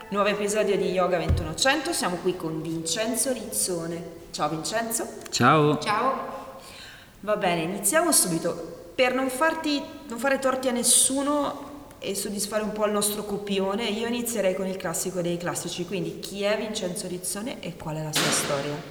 Nuovo episodio di Yoga 2100, siamo qui con Vincenzo Rizzone. Ciao Vincenzo. Ciao. Ciao. Va bene, iniziamo subito. Per non fare torti a nessuno e soddisfare un po' il nostro copione, io inizierei con il classico dei classici. Quindi, chi è Vincenzo Rizzone e qual è la sua storia?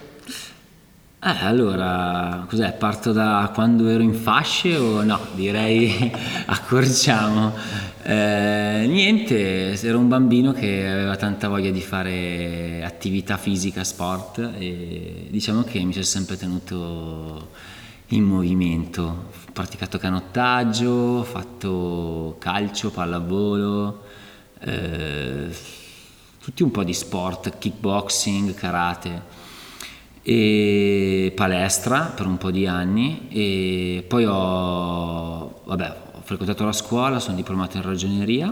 Allora, cos'è? Parto da quando ero in fasce o no? Direi accorciamo. Niente, ero un bambino che aveva tanta voglia di fare attività fisica, sport e diciamo che mi sono sempre tenuto in movimento. Ho praticato canottaggio, ho fatto calcio, pallavolo, tutti un po' di sport, kickboxing, karate e palestra per un po' di anni e poi ho frequentato la scuola, sono diplomato in ragioneria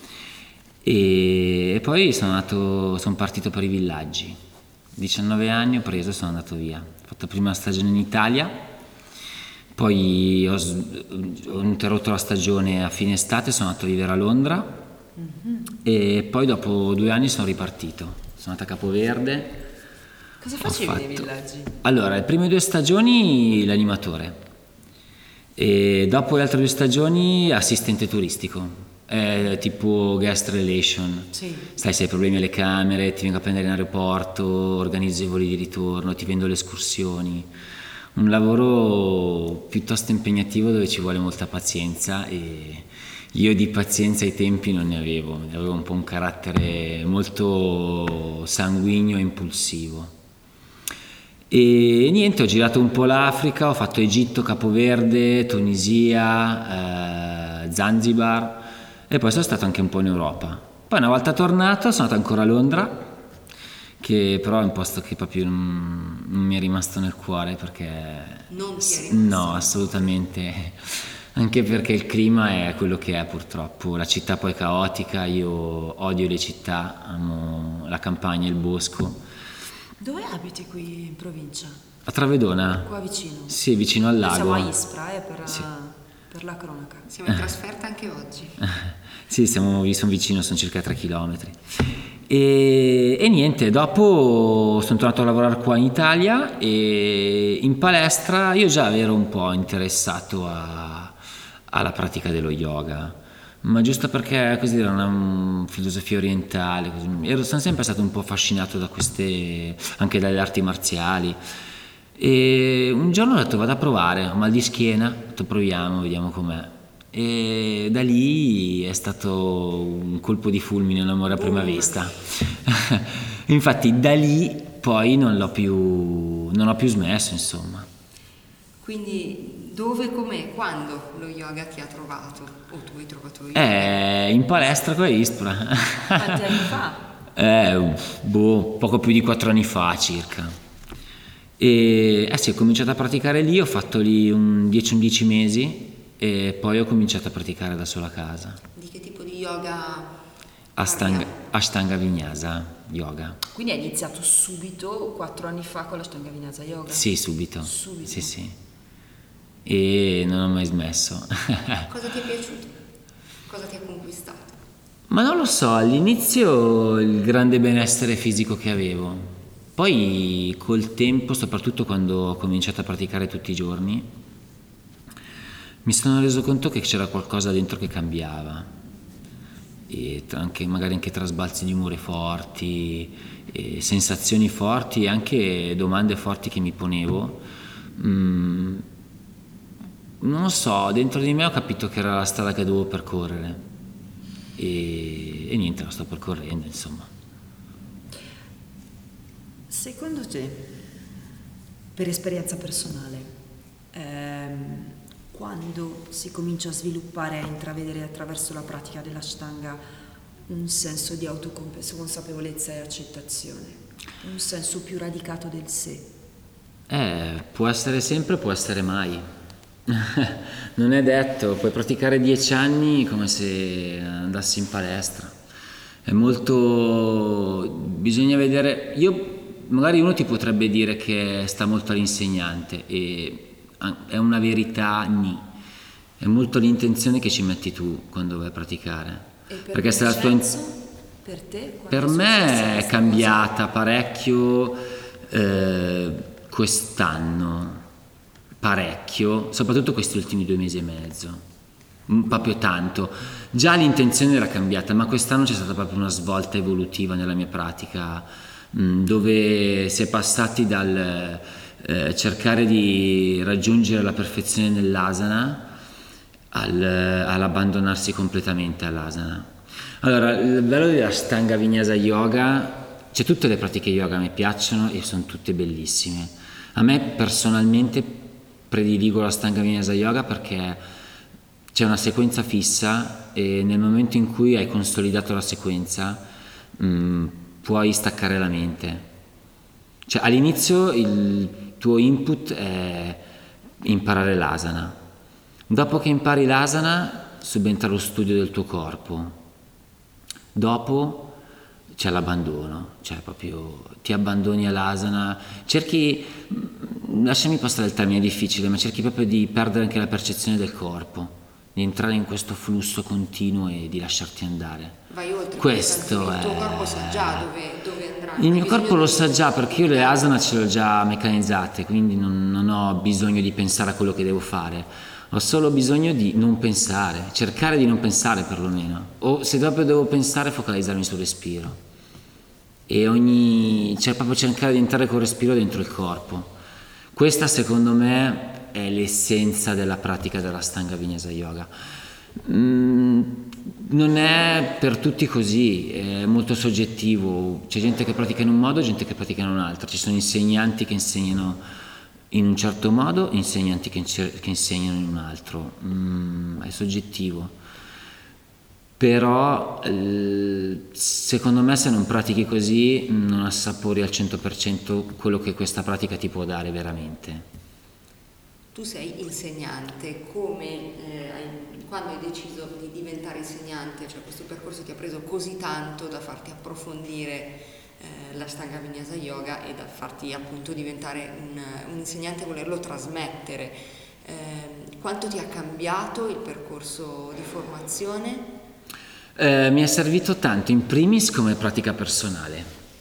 e poi sono partito per i villaggi. 19 anni ho preso e sono andato via. Ho fatto prima la stagione in Italia, poi ho interrotto la stagione a fine estate, sono andato a vivere a Londra e poi dopo 2 anni sono ripartito. Sono andato a Capoverde. Cosa facevi nei villaggi? Allora, le prime 2 stagioni l'animatore e dopo le altre 2 stagioni assistente turistico, tipo guest relation. Sì. Sai, se hai problemi alle camere, ti vengo a prendere in aeroporto, organizzo i voli di ritorno, ti vendo le escursioni. Un lavoro piuttosto impegnativo dove ci vuole molta pazienza e io di pazienza ai tempi non ne avevo un po' un carattere molto sanguigno e impulsivo. E niente, ho girato un po' l'Africa, ho fatto Egitto, Capoverde, Tunisia, Zanzibar e poi sono stato anche un po' in Europa. Poi una volta tornato sono andato ancora a Londra, che però è un posto che proprio non mi è rimasto nel cuore perché... Non ti è rimasto? No, assolutamente, anche perché il clima è quello che è purtroppo, la città poi è caotica, io odio le città, amo la campagna, il bosco. Dove abiti qui in provincia? A Travedona? Qua vicino? Sì, vicino al lago. Siamo a Ispra, Sì. per la cronaca. Siamo in trasferta anche oggi. Sì, sono vicino, sono circa 3 chilometri. E niente, dopo sono tornato a lavorare qua in Italia e in palestra io già ero un po' interessato alla pratica dello yoga, ma giusto perché così era una filosofia orientale, sono sempre stato un po' affascinato da queste, anche dalle arti marziali. E un giorno ho detto vado a provare, ho mal di schiena, ho detto proviamo, vediamo com'è. E da lì è stato un colpo di fulmine, un amore a prima vista. Infatti da lì poi non ho più smesso, insomma. Quindi dove, com'è, quando lo yoga ti ha trovato? O tu hai trovato io? In palestra con Ispra. Quanti anni fa? Poco più di 4 anni fa circa. E sì, ho cominciato a praticare lì, ho fatto lì 10-11 mesi e poi ho cominciato a praticare da sola a casa. Di che tipo di yoga Ashtanga Vinyasa yoga. Quindi hai iniziato subito, 4 anni fa, con la Ashtanga Vinyasa Yoga? Sì, subito. Subito? Sì. E non ho mai smesso. Cosa ti è piaciuto? Cosa ti ha conquistato? Ma non lo so, all'inizio il grande benessere fisico che avevo, poi col tempo, soprattutto quando ho cominciato a praticare tutti i giorni, mi sono reso conto che c'era qualcosa dentro che cambiava, e magari anche tra sbalzi di umore forti, e sensazioni forti e anche domande forti che mi ponevo. Non lo so, dentro di me ho capito che era la strada che dovevo percorrere e niente, la sto percorrendo, insomma. Secondo te, per esperienza personale, quando si comincia a sviluppare, a intravedere attraverso la pratica dell'Ashtanga un senso di autoconsapevolezza e accettazione, un senso più radicato del sé? Può essere sempre, può essere mai. Non è detto, puoi praticare 10 anni come se andassi in palestra. È molto... bisogna vedere... magari uno ti potrebbe dire che sta molto all'insegnante e è una verità nì. È molto l'intenzione che ci metti tu quando vai a praticare. E per Perché se la tua Vincenzo? Per te? Per me è cambiata parecchio quest'anno, parecchio, soprattutto questi ultimi 2 mesi e mezzo, proprio tanto. Già l'intenzione era cambiata, ma quest'anno c'è stata proprio una svolta evolutiva nella mia pratica, dove si è passati dal cercare di raggiungere la perfezione nell'asana all'abbandonarsi completamente all'asana. Allora, il bello della Ashtanga Vinyasa Yoga, cioè tutte le pratiche yoga mi piacciono e sono tutte bellissime. A me personalmente prediligo la Ashtanga Vinyasa Yoga perché c'è una sequenza fissa e nel momento in cui hai consolidato la sequenza puoi staccare la mente. Cioè all'inizio il tuo input è imparare l'asana. Dopo che impari l'asana subentra lo studio del tuo corpo. Dopo c'è l'abbandono, cioè proprio ti abbandoni all'asana, cerchi, lasciami passare il termine, è difficile, ma cerchi proprio di perdere anche la percezione del corpo, di entrare in questo flusso continuo e di lasciarti andare. Vai oltre, Questo il è... tuo corpo sa già dove andrà. Il mio corpo lo sa già perché io le asana ce le ho già meccanizzate, quindi non ho bisogno di pensare a quello che devo fare. Ho solo bisogno di non pensare, cercare di non pensare perlomeno, o se proprio devo pensare focalizzarmi sul respiro e cioè proprio cercare di entrare col respiro dentro il corpo. Questa secondo me è l'essenza della pratica della Ashtanga Vinyasa Yoga. Non è per tutti così, è molto soggettivo, c'è gente che pratica in un modo, gente che pratica in un altro, ci sono insegnanti che insegnano in un certo modo, insegnanti che insegnano in un altro, è soggettivo, però secondo me se non pratichi così non assapori al 100% quello che questa pratica ti può dare veramente. Tu sei insegnante, quando hai deciso di diventare insegnante, cioè questo percorso ti ha preso così tanto da farti approfondire l'Ashtanga Vinyasa Yoga e da farti appunto diventare un insegnante e volerlo trasmettere. Quanto ti ha cambiato il percorso di formazione? Mi è servito tanto, in primis come pratica personale,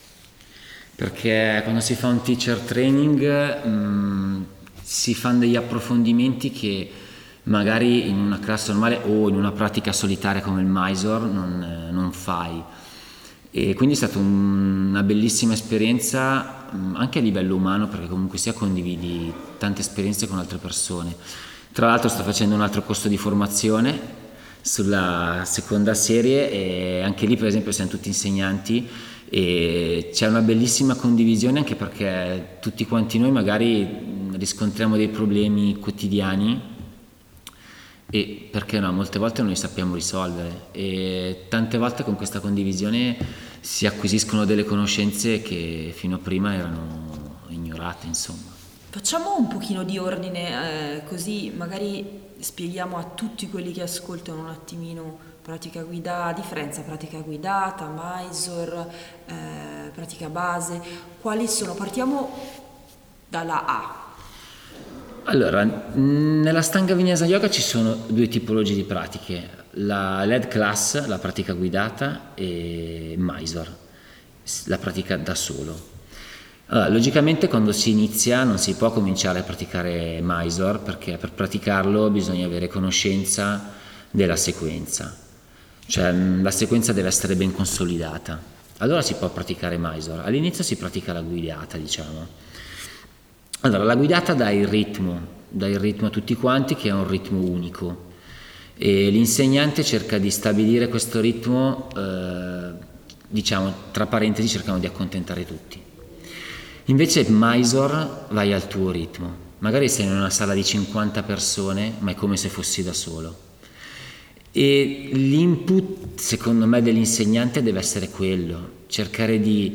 perché quando si fa un teacher training si fanno degli approfondimenti che magari in una classe normale o in una pratica solitaria come il Mysore non fai. E quindi è stata una bellissima esperienza anche a livello umano, perché comunque sia condividi tante esperienze con altre persone. Tra l'altro sto facendo un altro corso di formazione sulla seconda serie e anche lì per esempio siamo tutti insegnanti e c'è una bellissima condivisione, anche perché tutti quanti noi magari riscontriamo dei problemi quotidiani e perché no, molte volte non li sappiamo risolvere e tante volte con questa condivisione si acquisiscono delle conoscenze che fino a prima erano ignorate, insomma. Facciamo un pochino di ordine, così magari spieghiamo a tutti quelli che ascoltano un attimino pratica guidata, differenza pratica guidata, Mysore, pratica base, quali sono? Partiamo dalla A. Allora, nella Ashtanga Vinyasa Yoga ci sono 2 tipologie di pratiche, la Led Class, la pratica guidata, e Mysore, la pratica da solo. Allora, logicamente quando si inizia non si può cominciare a praticare Mysore perché per praticarlo bisogna avere conoscenza della sequenza, cioè la sequenza deve essere ben consolidata, allora si può praticare Mysore. All'inizio si pratica la guidata, diciamo. Allora, la guidata dà il ritmo a tutti quanti, che è un ritmo unico, e l'insegnante cerca di stabilire questo ritmo, diciamo, tra parentesi, cercano di accontentare tutti. Invece Mysore vai al tuo ritmo, magari sei in una sala di 50 persone, ma è come se fossi da solo. E l'input, secondo me, dell'insegnante deve essere quello, cercare di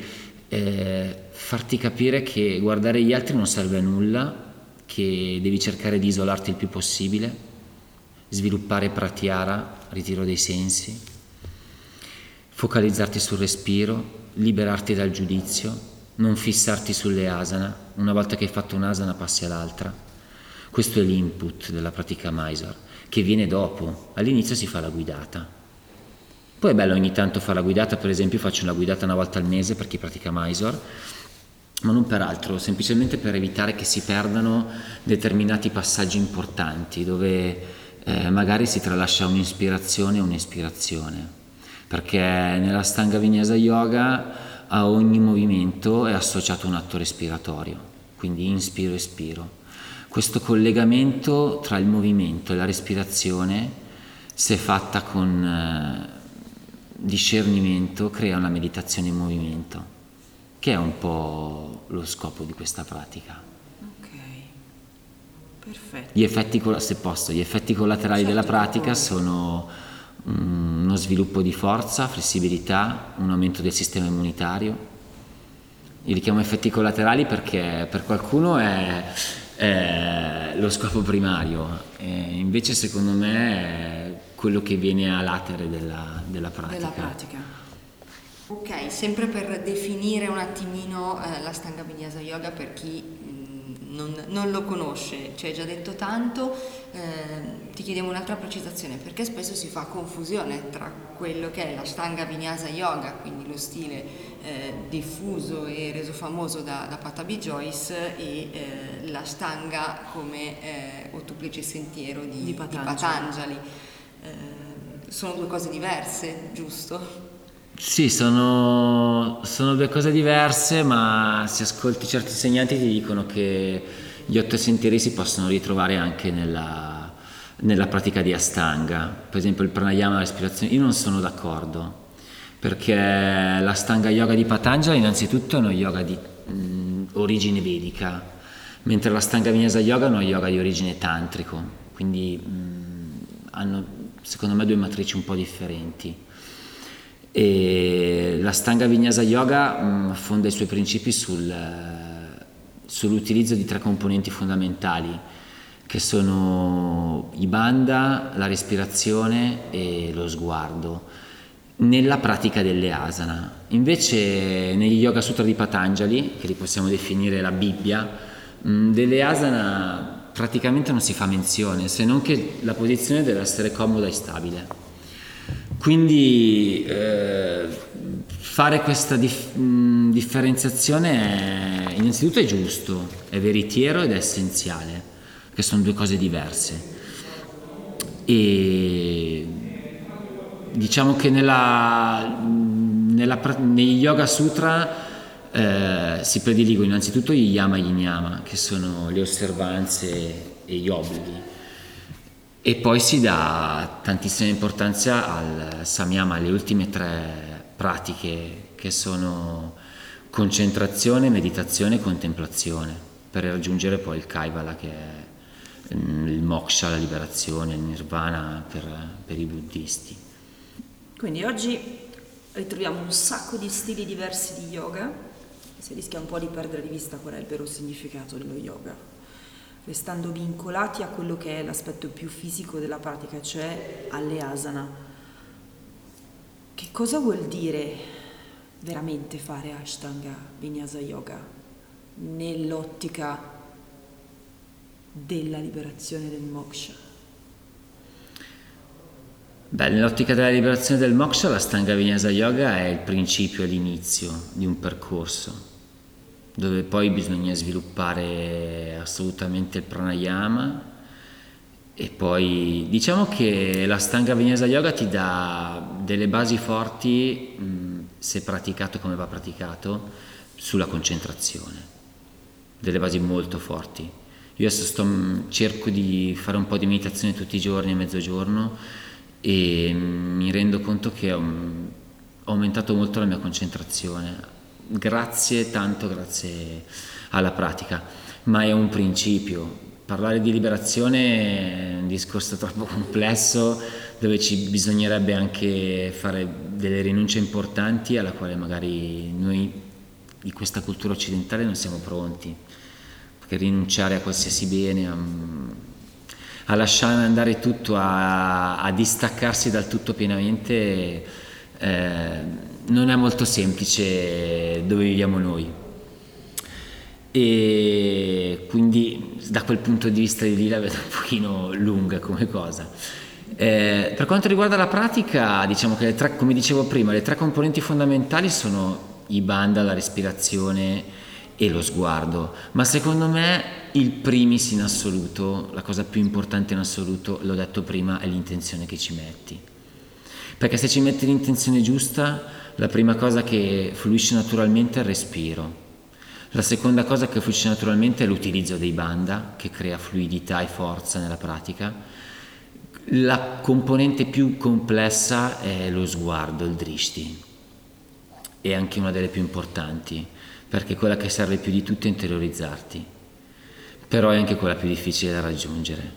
farti capire che guardare gli altri non serve a nulla, che devi cercare di isolarti il più possibile, sviluppare pratyahara, ritiro dei sensi, focalizzarti sul respiro, liberarti dal giudizio, non fissarti sulle asana, una volta che hai fatto un'asana passi all'altra. Questo è l'input della pratica Mysore, che viene dopo, all'inizio si fa la guidata. Poi è bello ogni tanto fare la guidata, per esempio faccio una guidata una volta al mese per chi pratica Mysore, ma non per altro, semplicemente per evitare che si perdano determinati passaggi importanti dove magari si tralascia un'ispirazione o un'espirazione, perché nella Ashtanga Vinyasa Yoga a ogni movimento è associato un atto respiratorio, quindi inspiro espiro. Questo collegamento tra il movimento e la respirazione, se fatta con discernimento, crea una meditazione in movimento, che è un po' lo scopo di questa pratica. Ok, perfetto. Gli effetti, se posso, gli effetti collaterali della pratica sono uno sviluppo di forza, flessibilità, un aumento del sistema immunitario. Io li chiamo effetti collaterali perché per qualcuno è lo scopo primario, invece secondo me è quello che viene a latere della pratica. Ok, sempre per definire un attimino l'Ashtanga Vinyasa Yoga per chi non lo conosce, ci hai già detto tanto, ti chiediamo un'altra precisazione, perché spesso si fa confusione tra quello che è l'Ashtanga Vinyasa Yoga, quindi lo stile diffuso e reso famoso da Patabi Joyce, e l'Ashtanga come ottuplice sentiero di Patanjali. Sono due cose diverse, giusto? Sì, sono due cose diverse, ma se ascolti certi insegnanti ti dicono che gli 8 sentieri si possono ritrovare anche nella pratica di Ashtanga. Per esempio il pranayama, la respirazione, io non sono d'accordo, perché l'Ashtanga Yoga di Patanjali innanzitutto è uno yoga di origine vedica, mentre l'Ashtanga Vinyasa Yoga è uno yoga di origine tantrico, quindi hanno secondo me due matrici un po' differenti. E l'Ashtanga Vinyasa Yoga fonda i suoi principi sull'utilizzo di 3 componenti fondamentali, che sono i bandha, la respirazione e lo sguardo, nella pratica delle asana. Invece negli Yoga Sutra di Patanjali, che li possiamo definire la Bibbia, delle asana praticamente non si fa menzione, se non che la posizione deve essere comoda e stabile. Quindi fare questa differenziazione innanzitutto è giusto, è veritiero ed è essenziale, che sono due cose diverse. E diciamo che negli Yoga Sutra si prediligono innanzitutto gli yama e gli niyama, che sono le osservanze e gli obblighi. E poi si dà tantissima importanza al samyama, alle ultime 3 pratiche, che sono concentrazione, meditazione e contemplazione, per raggiungere poi il kaivala, che è il moksha, la liberazione, il nirvana per i buddisti. Quindi oggi ritroviamo un sacco di stili diversi di yoga, si rischia un po' di perdere di vista qual è il vero significato dello yoga, restando vincolati a quello che è l'aspetto più fisico della pratica, cioè alle asana. Che cosa vuol dire veramente fare Ashtanga Vinyasa Yoga nell'ottica della liberazione del moksha? Beh, nell'ottica della liberazione del moksha, l'Ashtanga Vinyasa Yoga è il principio e l'inizio di un percorso, dove poi bisogna sviluppare assolutamente il pranayama, e poi diciamo che l'Ashtanga Vinyasa Yoga ti dà delle basi forti, se praticato come va praticato, sulla concentrazione, delle basi molto forti. Io adesso cerco di fare un po' di meditazione tutti i giorni a mezzogiorno, e mi rendo conto che ho aumentato molto la mia concentrazione, grazie alla pratica, ma è un principio. Parlare di liberazione è un discorso troppo complesso, dove ci bisognerebbe anche fare delle rinunce importanti alla quale magari noi di questa cultura occidentale non siamo pronti, perché rinunciare a qualsiasi bene, a lasciare andare tutto, a distaccarsi dal tutto pienamente, non è molto semplice dove viviamo noi. E quindi da quel punto di vista di lì la vedo un pochino lunga come cosa. Per quanto riguarda la pratica, diciamo che come dicevo prima, le 3 componenti fondamentali sono i bandha, la respirazione e lo sguardo, ma secondo me il primis in assoluto, la cosa più importante in assoluto, l'ho detto prima, è l'intenzione che ci metti. Perché se ci metti l'intenzione giusta, la prima cosa che fluisce naturalmente è il respiro. La seconda cosa che fluisce naturalmente è l'utilizzo dei bandha, che crea fluidità e forza nella pratica. La componente più complessa è lo sguardo, il drishti, è anche una delle più importanti, perché è quella che serve più di tutte a interiorizzarti, però è anche quella più difficile da raggiungere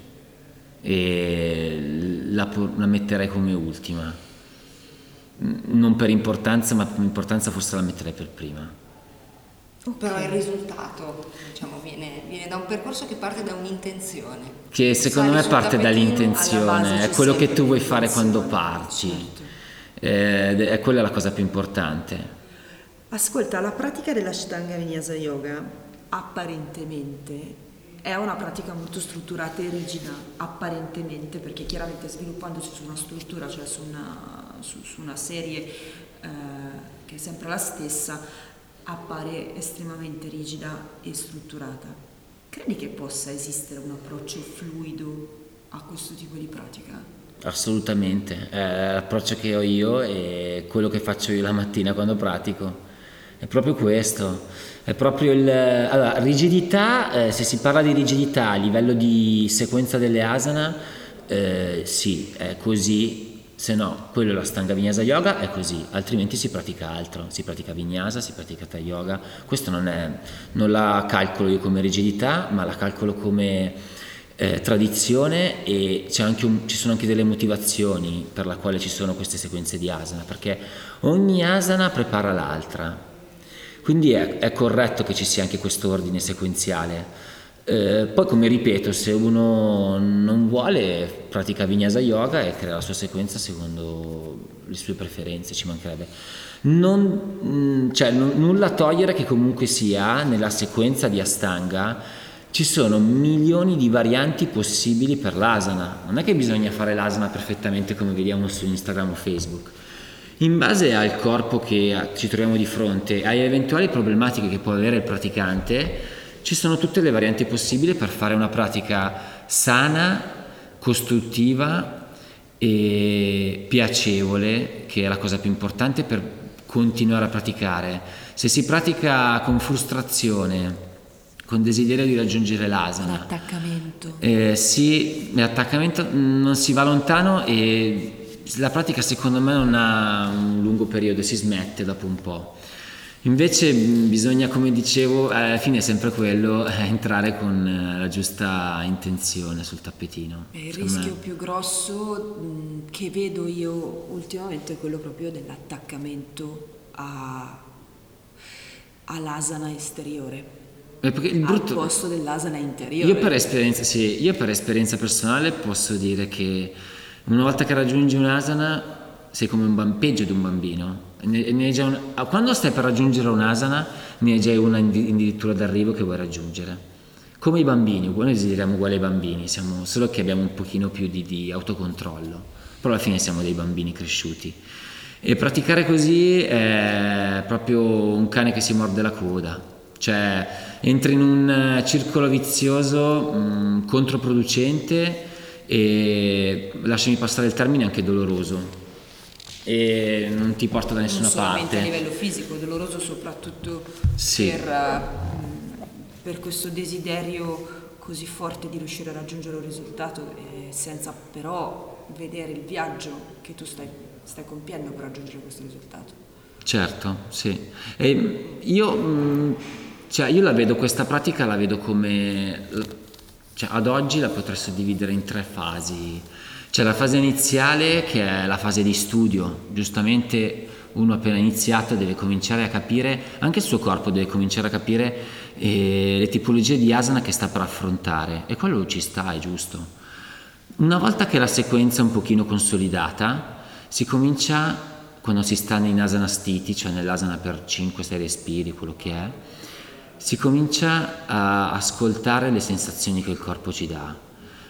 e la metterei come ultima, non per importanza, ma per importanza forse la metterei per prima. Okay. Però il risultato, diciamo, viene da un percorso che parte da un'intenzione. Che secondo me parte dall'intenzione, è quello che tu vuoi fare quando parti. Certo. È quella la cosa più importante. Ascolta, la pratica dell'Ashtanga Vinyasa Yoga apparentemente è una pratica molto strutturata e rigida, apparentemente, perché chiaramente sviluppandosi su una struttura, cioè su una serie che è sempre la stessa, appare estremamente rigida e strutturata. Credi che possa esistere un approccio fluido a questo tipo di pratica? Assolutamente, l'approccio che ho io e quello che faccio io la mattina quando pratico è proprio questo, è proprio allora, rigidità, se si parla di rigidità a livello di sequenza delle asana, sì, è così. Se no, quello è l'Ashtanga Vinyasa Yoga, è così, altrimenti si pratica altro, si pratica Vinyasa, si pratica Hatha Yoga. Questo non la calcolo io come rigidità, ma la calcolo come tradizione, e ci sono anche delle motivazioni per la quale ci sono queste sequenze di asana, perché ogni asana prepara l'altra, quindi è corretto che ci sia anche questo ordine sequenziale. Poi, come ripeto, se uno non vuole, pratica Vinyasa Yoga e crea la sua sequenza secondo le sue preferenze, ci mancherebbe. Nulla a togliere che comunque sia nella sequenza di Ashtanga ci sono milioni di varianti possibili per l'asana. Non è che bisogna fare l'asana perfettamente come vediamo su Instagram o Facebook. In base al corpo che ci troviamo di fronte, alle eventuali problematiche che può avere il praticante, ci sono tutte le varianti possibili per fare una pratica sana, costruttiva e piacevole, che è la cosa più importante per continuare a praticare. Se si pratica con frustrazione, con desiderio di raggiungere l'asana, l'attaccamento, sì, l'attaccamento, non si va lontano e la pratica secondo me non ha un lungo periodo, si smette dopo un po'. Invece bisogna, come dicevo, alla fine è sempre quello, entrare con la giusta intenzione sul tappetino. Il rischio più grosso che vedo io ultimamente è quello proprio dell'attaccamento all'asana esteriore, al posto dell'asana interiore. Io per esperienza personale posso dire che una volta che raggiungi un'asana sei come peggio di un bambino. Quando stai per raggiungere un'asana ne hai già una addirittura d'arrivo che vuoi raggiungere, come i bambini. Noi desideriamo uguali ai bambini, solo che abbiamo un pochino più di autocontrollo, però alla fine siamo dei bambini cresciuti, e praticare così è proprio un cane che si morde la coda, cioè entri in un circolo vizioso controproducente e, lasciami passare il termine, anche doloroso, e non ti porta da nessuna parte. Non solamente a livello fisico, doloroso soprattutto sì. per questo desiderio così forte di riuscire a raggiungere un risultato, senza però vedere il viaggio che tu stai compiendo per raggiungere questo risultato. Certo, sì. E io la vedo, questa pratica la vedo come, ad oggi la potrei suddividere in 3 fasi. C'è la fase iniziale, che è la fase di studio. Giustamente uno appena iniziato deve cominciare a capire, anche il suo corpo deve cominciare a capire le tipologie di asana che sta per affrontare, e quello ci sta, è giusto. Una volta che la sequenza è un pochino consolidata, si comincia, quando si sta in asana stiti, cioè nell'asana per 5-6 respiri, quello che è, si comincia a ascoltare le sensazioni che il corpo ci dà.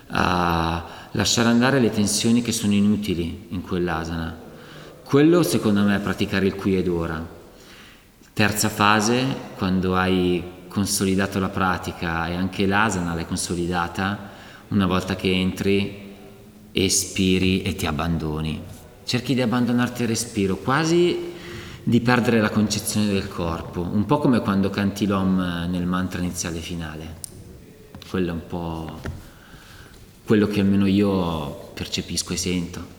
a lasciare andare le tensioni che sono inutili in quell'asana. Quello secondo me è praticare il qui ed ora. Terza fase, quando hai consolidato la pratica e anche l'asana l'hai consolidata, una volta che entri, espiri e ti abbandoni. Cerchi di abbandonarti al respiro, quasi di perdere la concezione del corpo, un po' come quando canti l'Om nel mantra iniziale e finale. Quello è un po' quello che almeno io percepisco e sento.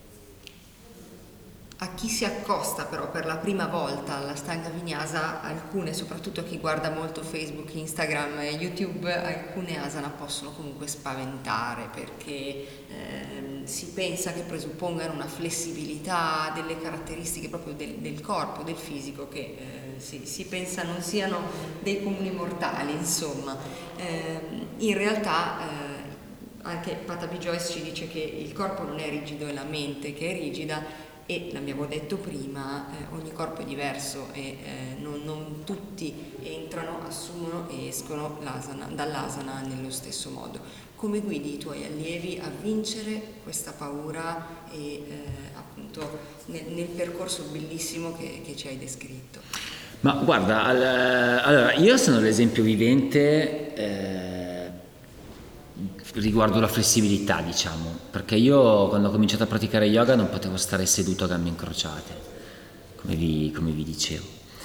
A chi si accosta però per la prima volta alla Ashtanga Vinyasa, alcune, soprattutto a chi guarda molto Facebook, Instagram e YouTube, alcune asana possono comunque spaventare perché si pensa che presuppongano una flessibilità, delle caratteristiche proprio del corpo, del fisico che si pensa non siano dei comuni mortali, insomma. In realtà anche Patabi Joyce ci dice che il corpo non è rigido, è la mente che è rigida. E l'abbiamo detto prima, ogni corpo è diverso e non tutti entrano, assumono e escono dall'asana nello stesso modo. Come guidi i tuoi allievi a vincere questa paura e appunto nel percorso bellissimo che ci hai descritto? Ma guarda, allora io sono l'esempio vivente riguardo la flessibilità, diciamo, perché io quando ho cominciato a praticare yoga non potevo stare seduto a gambe incrociate, come vi dicevo,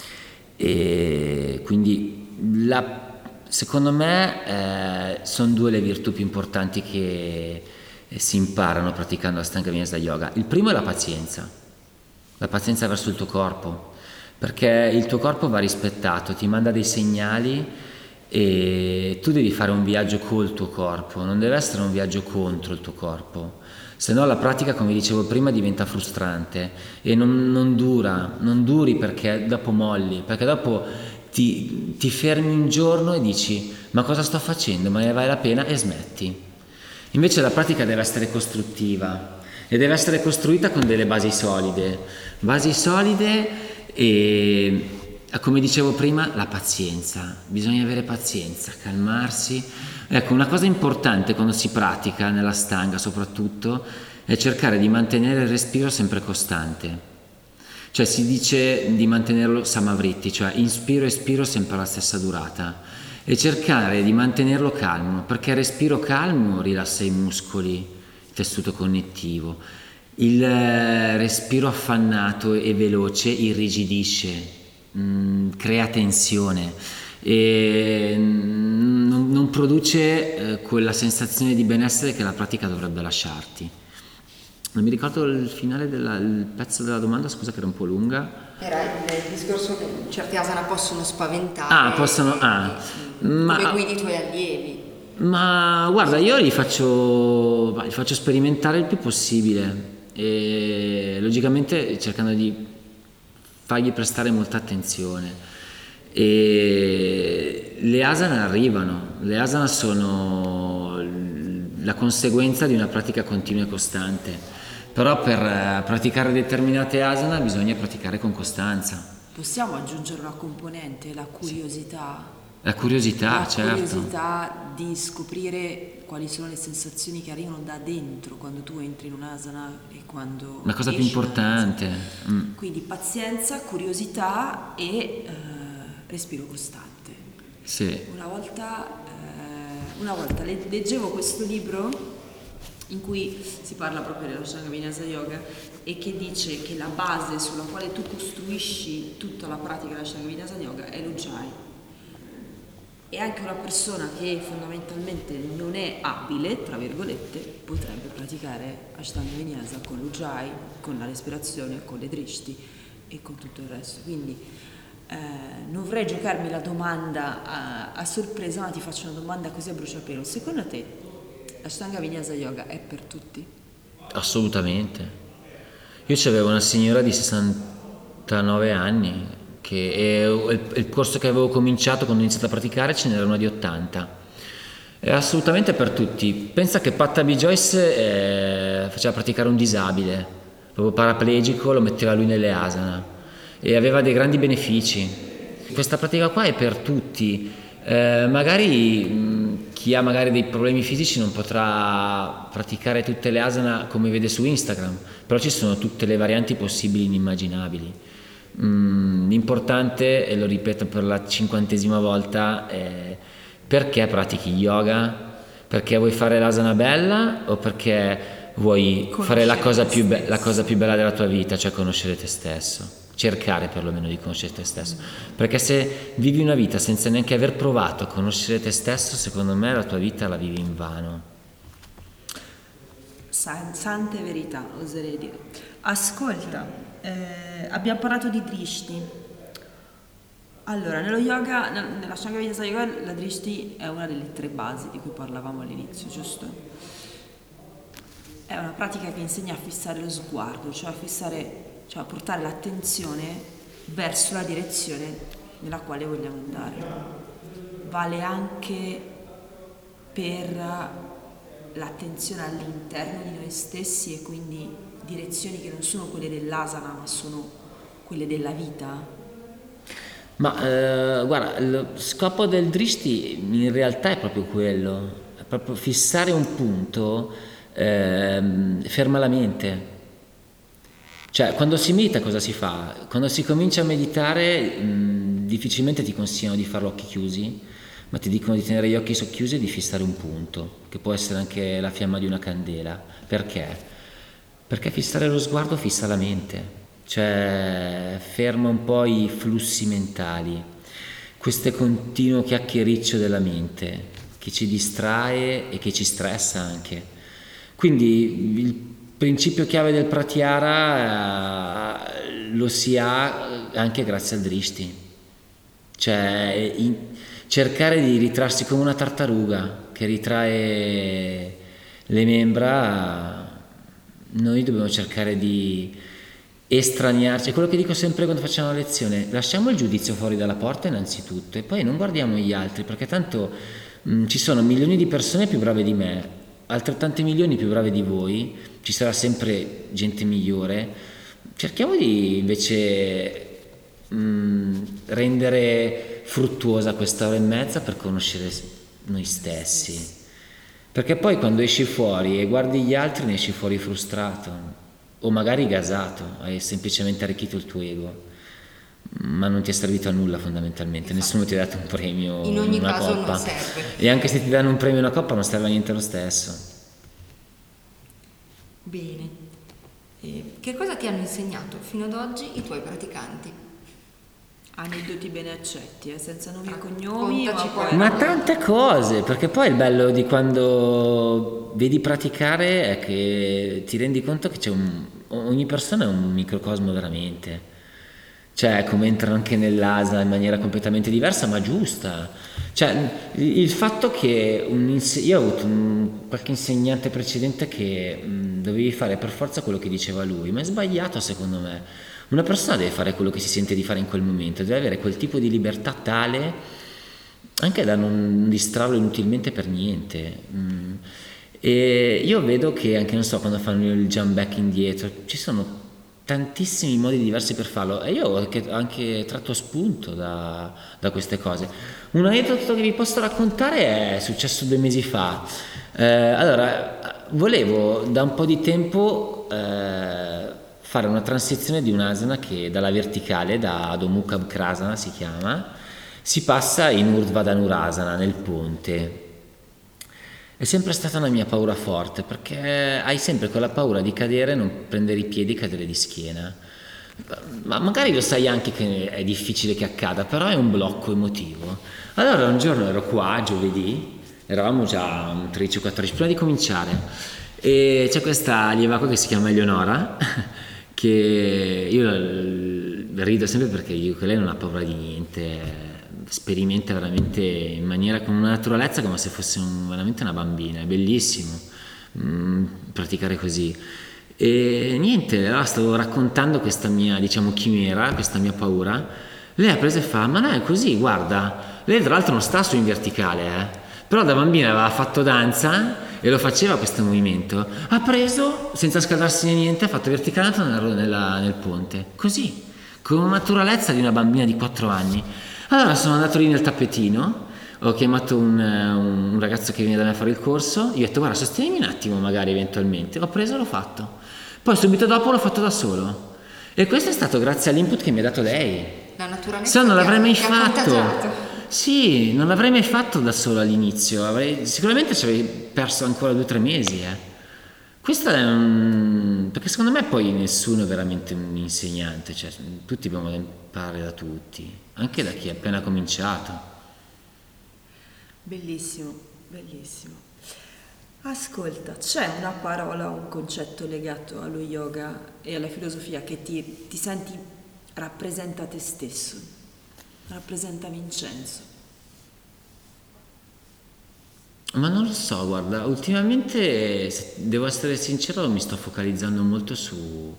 e quindi secondo me sono due le virtù più importanti che si imparano praticando Ashtanga Vinyasa Yoga. Il primo è la pazienza verso il tuo corpo, perché il tuo corpo va rispettato, ti manda dei segnali e tu devi fare un viaggio col tuo corpo, non deve essere un viaggio contro il tuo corpo, se no la pratica, come dicevo prima, diventa frustrante e non duri perché dopo molli, perché dopo ti fermi un giorno e dici ma cosa sto facendo, ma ne vale la pena, e smetti. Invece la pratica deve essere costruttiva e deve essere costruita con delle basi solide e, come dicevo prima, la pazienza. Bisogna avere pazienza, calmarsi. Ecco, una cosa importante quando si pratica nella Ashtanga soprattutto è cercare di mantenere il respiro sempre costante. Cioè si dice di mantenerlo samavritti, cioè inspiro e espiro sempre alla stessa durata, e cercare di mantenerlo calmo, perché il respiro calmo rilassa i muscoli, il tessuto connettivo. Il respiro affannato e veloce irrigidisce, crea tensione e non produce quella sensazione di benessere che la pratica dovrebbe lasciarti. Non mi ricordo il finale il pezzo della domanda, scusa che era un po' lunga. Era il discorso che certi asana possono spaventare. Come guidi i tuoi allievi? Ma guarda, io li faccio sperimentare il più possibile e logicamente cercando di fargli prestare molta attenzione, e le asana arrivano, le asana sono la conseguenza di una pratica continua e costante, però per praticare determinate asana bisogna praticare con costanza. Possiamo aggiungere una componente, la curiosità. La curiosità, certo. La curiosità di scoprire quali sono le sensazioni che arrivano da dentro quando tu entri in un'asana e quando la cosa più importante. Quindi pazienza, curiosità e respiro costante. Sì. Una volta leggevo questo libro in cui si parla proprio dell'Ashtanga Vinyasa Yoga e che dice che la base sulla quale tu costruisci tutta la pratica dell'Ashtanga Vinyasa Yoga è l'Ujjayi. E anche una persona che fondamentalmente non è abile, tra virgolette, potrebbe praticare Ashtanga Vinyasa con l'Ujjayi, con la respirazione, con le drishti e con tutto il resto. Quindi non vorrei giocarmi la domanda a sorpresa, ma ti faccio una domanda così a bruciapelo. Secondo te l'Ashtanga Vinyasa Yoga è per tutti? Assolutamente. Io c'avevo una signora di 69 anni che il corso che avevo cominciato quando ho iniziato a praticare ce n'era una di 80. È assolutamente per tutti. Pensa che Patabi Joyce faceva praticare un disabile, proprio paraplegico, lo metteva lui nelle asana e aveva dei grandi benefici. Questa pratica qua è per tutti. Magari chi chi ha magari dei problemi fisici non potrà praticare tutte le asana come vede su Instagram, però ci sono tutte le varianti possibili e inimmaginabili. L'importante, e lo ripeto per la 50ª volta, è perché pratichi yoga? Perché vuoi fare l'asana bella o perché vuoi fare la cosa più bella della tua vita, cioè conoscere te stesso? Cercare perlomeno di conoscere te stesso, perché se vivi una vita senza neanche aver provato a conoscere te stesso, secondo me la tua vita la vivi invano. Sante verità, oserei dire. Ascolta, abbiamo parlato di drishti. Allora, nello yoga, nella Ashtanga Vinyasa Yoga, la drishti è una delle 3 basi di cui parlavamo all'inizio, giusto? È una pratica che insegna a fissare lo sguardo, cioè a portare l'attenzione verso la direzione nella quale vogliamo andare. Vale anche per l'attenzione all'interno di noi stessi e quindi direzioni che non sono quelle dell'asana ma sono quelle della vita. Ma guarda, lo scopo del drishti in realtà è proprio quello, è proprio fissare un punto, ferma la mente. Cioè, quando si medita cosa si fa? Quando si comincia a meditare difficilmente ti consigliano di fare occhi chiusi, ma ti dicono di tenere gli occhi socchiusi e di fissare un punto, che può essere anche la fiamma di una candela. Perché? Perché fissare lo sguardo fissa la mente, cioè ferma un po' i flussi mentali, questo continuo chiacchiericcio della mente che ci distrae e che ci stressa anche. Quindi il principio chiave del pratyahara lo si ha anche grazie al drishti, cioè cercare di ritrarsi come una tartaruga che ritrae le membra. Noi dobbiamo cercare di estraniarci, è quello che dico sempre quando facciamo la lezione: lasciamo il giudizio fuori dalla porta innanzitutto e poi non guardiamo gli altri, perché tanto ci sono milioni di persone più brave di me, altrettante milioni più brave di voi, ci sarà sempre gente migliore. Cerchiamo di invece rendere fruttuosa questa ora e mezza per conoscere noi stessi, perché poi quando esci fuori e guardi gli altri ne esci fuori frustrato o magari gasato, hai semplicemente arricchito il tuo ego, ma non ti è servito a nulla fondamentalmente. Nessuno ti ha dato un premio, in ogni una caso coppa. non serve, E anche se ti danno un premio, una coppa, non serve a niente lo stesso. bene. Che cosa ti hanno insegnato fino ad oggi i tuoi praticanti? Aneddoti bene accetti, senza nomi e cognomi, contaci ma poi. poi Ma tante cose, perché poi il bello di quando vedi praticare è che ti rendi conto che ogni persona è un microcosmo veramente, cioè come entrano anche nell'asa in maniera completamente diversa ma giusta. Cioè il fatto che io ho avuto qualche insegnante precedente che dovevi fare per forza quello che diceva lui, ma è sbagliato secondo me. Una persona deve fare quello che si sente di fare in quel momento, deve avere quel tipo di libertà tale anche da non distrarlo inutilmente per niente. E io vedo che anche, non so, quando fanno il jump back indietro, ci sono tantissimi modi diversi per farlo e io ho anche tratto spunto da queste cose. Un aneddoto che vi posso raccontare è successo 2 mesi fa. Allora, volevo da un po' di tempo fare una transizione di un'asana che dalla verticale, da Adho Mukha Vrksasana si chiama, si passa in Urdhva Dhanurasana, nel ponte. È sempre stata una mia paura forte, perché hai sempre quella paura di cadere, non prendere i piedi, cadere di schiena. Ma magari lo sai anche che è difficile che accada, però è un blocco emotivo. Allora un giorno ero qua, giovedì, eravamo già 13-14 prima di cominciare, e c'è questa allieva qua che si chiama Eleonora, che io rido sempre perché dico che lei non ha paura di niente, sperimenta veramente in maniera con una naturalezza come se fosse veramente una bambina. È bellissimo praticare così. E niente, allora stavo raccontando questa mia, diciamo, chimera, questa mia paura. Lei ha preso e fa: ma no, è così, guarda. Lei tra l'altro non sta su in verticale, però da bambina aveva fatto danza e lo faceva questo movimento. Ha preso, senza scaldarsi né niente, ha fatto verticale nel ponte, così, con una naturalezza di una bambina di 4 anni. Allora sono andato lì nel tappetino, ho chiamato un ragazzo che viene da me a fare il corso, gli ho detto guarda sostenimi un attimo magari eventualmente, l'ho preso e l'ho fatto, poi subito dopo l'ho fatto da solo e questo è stato grazie all'input che mi ha dato lei. La naturalezza se no non l'avrei mai ti ha fatto. contagiato. Sì, non l'avrei mai fatto da solo all'inizio, sicuramente ci avrei perso ancora 2 o 3 mesi. Questo è perché secondo me poi nessuno è veramente un insegnante, cioè tutti dobbiamo imparare da tutti, anche da chi ha appena cominciato. Bellissimo, bellissimo. Ascolta, c'è una parola, un concetto legato allo yoga e alla filosofia che ti senti rappresenta te stesso, rappresenta Vincenzo? Ma non lo so, guarda, ultimamente, se devo essere sincero, mi sto focalizzando molto su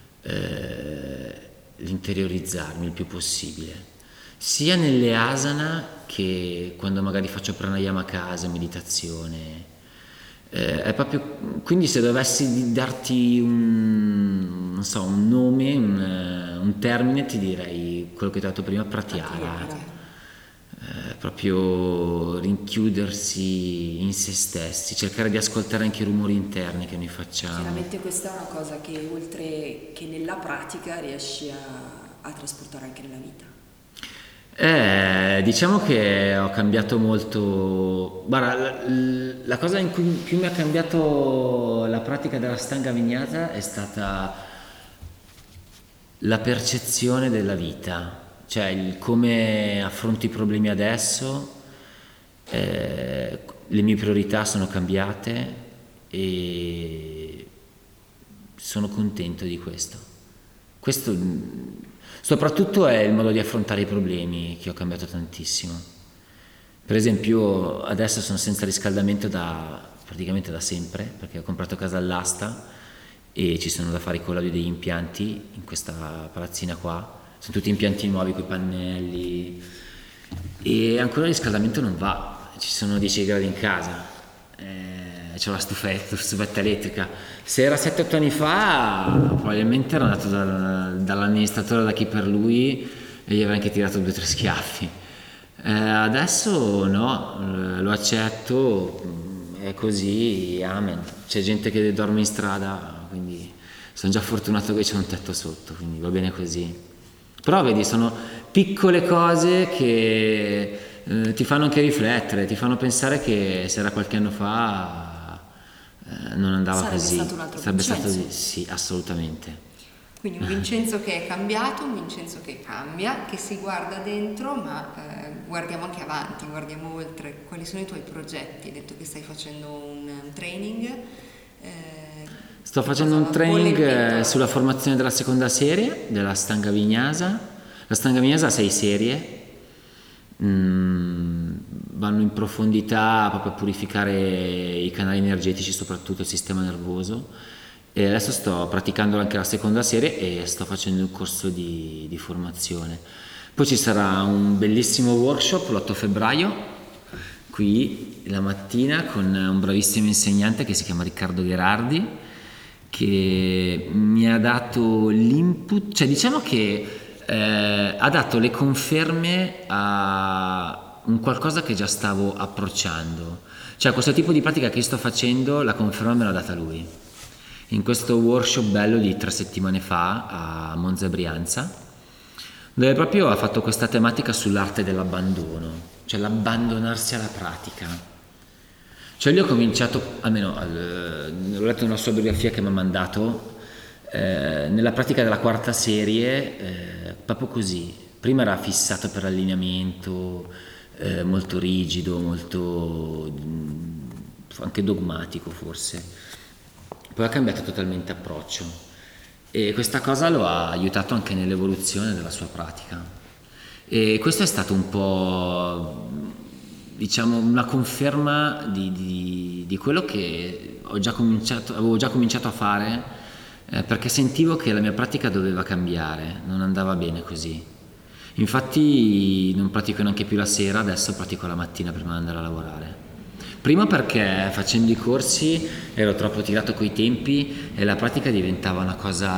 l'interiorizzarmi il più possibile, sia nelle asana che quando magari faccio pranayama a casa, meditazione. È proprio, quindi se dovessi darti non so, un nome, un termine, ti direi quello che ti ho detto prima, pratyahara. Proprio rinchiudersi in se stessi, cercare di ascoltare anche i rumori interni che noi facciamo. Chiaramente questa è una cosa che oltre che nella pratica riesci a trasportare anche nella vita. Diciamo che ho cambiato molto. Guarda, la cosa in cui più mi ha cambiato la pratica della Ashtanga Vinyasa è stata la percezione della vita, cioè il come affronto i problemi adesso, le mie priorità sono cambiate e sono contento di questo. Questo soprattutto è il modo di affrontare i problemi che ho cambiato tantissimo. Per esempio adesso sono senza riscaldamento praticamente da sempre, perché ho comprato casa all'asta e ci sono da fare i collodi degli impianti in questa palazzina qua. Sono tutti impianti nuovi con i pannelli e ancora il riscaldamento non va, ci sono 10 gradi in casa, c'ho la stufetta elettrica. Se era 7-8 anni fa probabilmente ero andato dall'amministratore da chi per lui e gli avrei anche tirato 2 o 3 schiaffi. Adesso no, lo accetto, è così, amen. C'è gente che dorme in strada, quindi sono già fortunato che c'è un tetto sotto, quindi va bene così. Però vedi, sono piccole cose che ti fanno anche riflettere, ti fanno pensare che se era qualche anno fa non andava così. Sarebbe stato così, sì, assolutamente. Quindi un Vincenzo che è cambiato, un Vincenzo che cambia, che si guarda dentro, ma guardiamo anche avanti, guardiamo oltre. Quali sono i tuoi progetti? Hai detto che stai facendo un training. Sto facendo un training sulla formazione della seconda serie della Ashtanga Vinyasa. La Ashtanga Vinyasa ha 6 serie, vanno in profondità proprio a purificare i canali energetici, soprattutto il sistema nervoso. E adesso sto praticando anche la seconda serie e sto facendo un corso di formazione. Poi ci sarà un bellissimo workshop l'8 febbraio qui la mattina con un bravissimo insegnante che si chiama Riccardo Gherardi, che mi ha dato l'input, cioè diciamo che ha dato le conferme a un qualcosa che già stavo approcciando. Cioè questo tipo di pratica che sto facendo, la conferma me l'ha data lui in questo workshop bello di 3 settimane fa a Monza e Brianza, dove proprio ha fatto questa tematica sull'arte dell'abbandono, cioè l'abbandonarsi alla pratica. Cioè io ho cominciato, almeno ho letto una sua biografia che mi ha mandato, nella pratica della quarta serie, proprio così. Prima era fissato per l'allineamento, molto rigido, molto anche dogmatico forse. Poi ha cambiato totalmente approccio e questa cosa lo ha aiutato anche nell'evoluzione della sua pratica. E questo è stato un po', diciamo, una conferma di quello che avevo già cominciato a fare, perché sentivo che la mia pratica doveva cambiare, non andava bene così. Infatti non pratico neanche più la sera, adesso pratico la mattina prima di andare a lavorare. Prima perché facendo i corsi ero troppo tirato coi tempi e la pratica diventava una cosa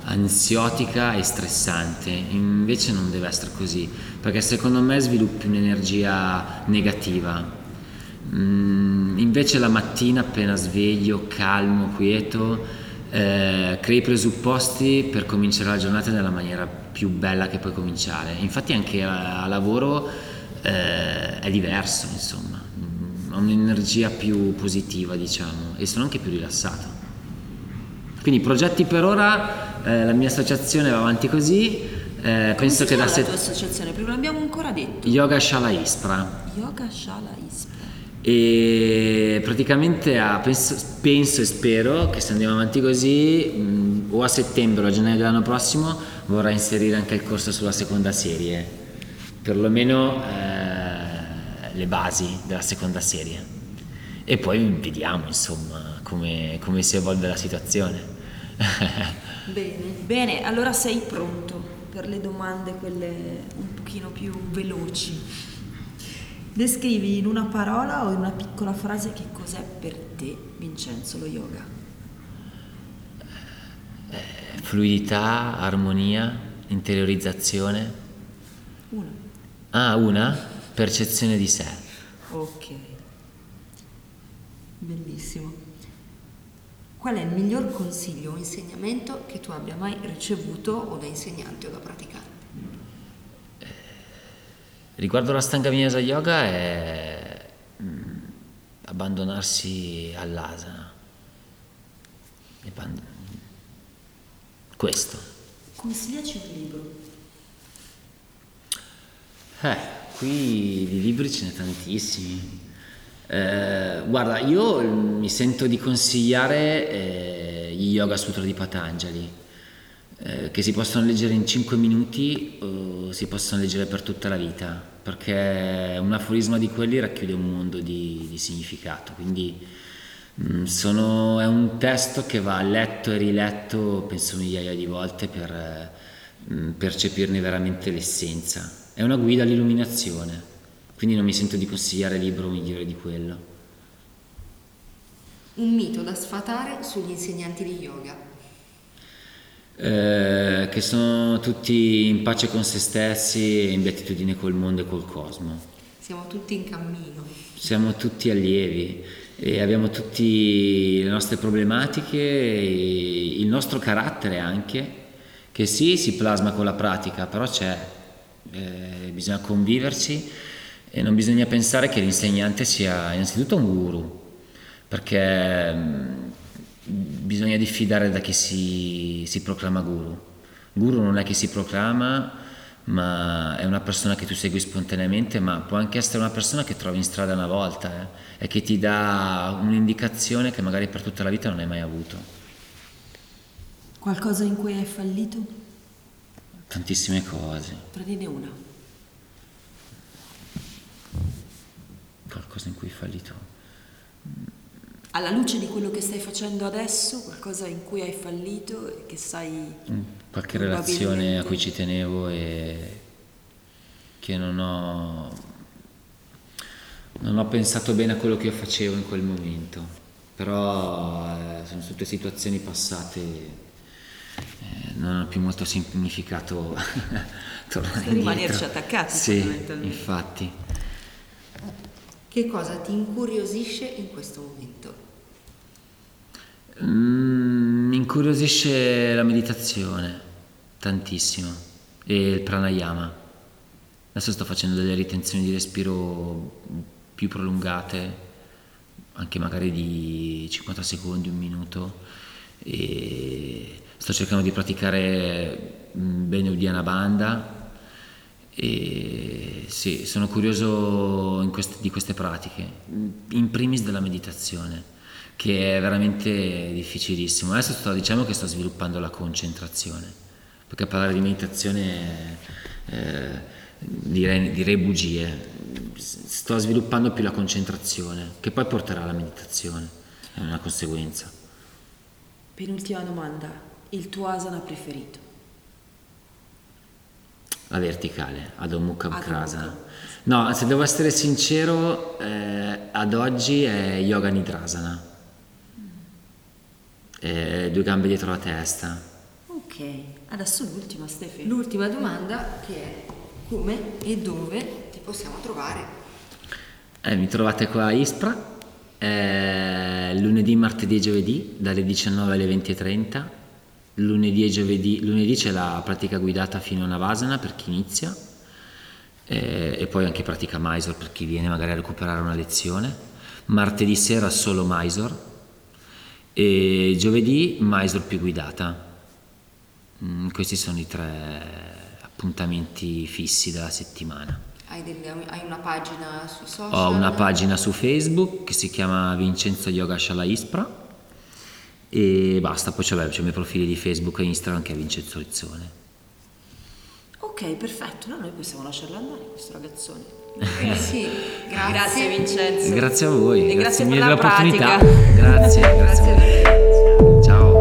ansiotica e stressante. Invece non deve essere così, perché secondo me sviluppi un'energia negativa. Invece la mattina appena sveglio, calmo, quieto, crei i presupposti per cominciare la giornata nella maniera più bella che puoi cominciare. Infatti anche a lavoro è diverso, insomma, ho un'energia più positiva, diciamo, e sono anche più rilassato. Quindi progetti per ora, la mia associazione va avanti così. Penso che la tua associazione? Perché non abbiamo ancora detto. Yoga Shala Ispra. Yoga Shala Ispra. E praticamente penso e spero che se andiamo avanti così, o a settembre o a gennaio dell'anno prossimo, vorrei inserire anche il corso sulla seconda serie, perlomeno le basi della seconda serie, e poi vediamo insomma come si evolve la situazione. Bene, allora sei pronto per le domande, quelle un pochino più veloci. Descrivi in una parola o in una piccola frase che cos'è per te, Vincenzo, lo yoga. Fluidità, armonia, interiorizzazione. Una? Percezione di sé. Ok, bellissimo. Qual è il miglior consiglio o insegnamento che tu abbia mai ricevuto o da insegnante o da praticante? Riguardo l'Ashtanga Vinyasa Yoga è abbandonarsi all'asana. Questo. Consigliaci un libro. Qui di libri ce ne tantissimi. Guarda, io mi sento di consigliare gli Yoga Sutra di Patanjali, che si possono leggere in 5 minuti o si possono leggere per tutta la vita, perché un aforisma di quelli racchiude un mondo di significato, quindi è un testo che va letto e riletto penso migliaia di volte per percepirne veramente l'essenza. È una guida all'illuminazione, quindi non mi sento di consigliare libro migliore di quello. Un mito da sfatare sugli insegnanti di yoga. Che sono tutti in pace con se stessi e in beatitudine col mondo e col cosmo. Siamo tutti in cammino. Siamo tutti allievi e abbiamo tutti le nostre problematiche e il nostro carattere anche, che sì, si plasma con la pratica, però bisogna conviverci e non bisogna pensare che l'insegnante sia innanzitutto un guru, perché bisogna diffidare da chi si proclama guru. Guru non è che si proclama, ma è una persona che tu segui spontaneamente, ma può anche essere una persona che trovi in strada una volta e che ti dà un'indicazione che magari per tutta la vita non hai mai avuto. Qualcosa in cui hai fallito? Tantissime cose. Prendine una. Qualcosa in cui hai fallito. Alla luce di quello che stai facendo adesso, qualcosa in cui hai fallito e che sai... Qualche relazione a cui ci tenevo e che non ho pensato bene a quello che io facevo in quel momento, però sono tutte situazioni passate, non hanno più molto significato tornare indietro. Rimanerci attaccati, sì, fondamentalmente. Infatti. Che cosa ti incuriosisce in questo momento? Mi incuriosisce la meditazione tantissimo e il pranayama. Adesso sto facendo delle ritenzioni di respiro più prolungate, anche magari di 50 secondi, un minuto, e sto cercando di praticare bene Uddiyana Bandha. E sì, sono curioso di queste pratiche, in primis della meditazione, che è veramente difficilissimo. Adesso diciamo che sto sviluppando la concentrazione, perché parlare di meditazione direi bugie. Sto sviluppando più la concentrazione, che poi porterà alla meditazione, è una conseguenza. Penultima domanda, il tuo asana preferito? La verticale, Adho Mukha Ukrasana. No, se devo essere sincero, ad oggi è Yoga Nidrasana. 2 gambe dietro la testa. Ok. Ok, adesso l'ultima, Stefi. L'ultima domanda che è come e dove ti possiamo trovare? Mi trovate qua a Ispra, lunedì, martedì e giovedì dalle 19 alle 20:30. Lunedì c'è la pratica guidata fino a Navasana per chi inizia, e poi anche pratica Mysore per chi viene magari a recuperare una lezione. Martedì sera solo Mysore e giovedì Mysore più guidata. Questi sono i 3 appuntamenti fissi della settimana. Hai una pagina sui social? Ho una pagina su Facebook che si chiama Vincenzo Yoga Shala Ispra e basta, poi c'è i miei profili di Facebook e Instagram che è Vincenzo Rizzone. Ok, perfetto, no, noi possiamo lasciarlo andare questo ragazzone. Sì, grazie. Grazie Vincenzo. Grazie a voi, E grazie per mille la dell'opportunità. pratica. Grazie. Grazie. Ciao.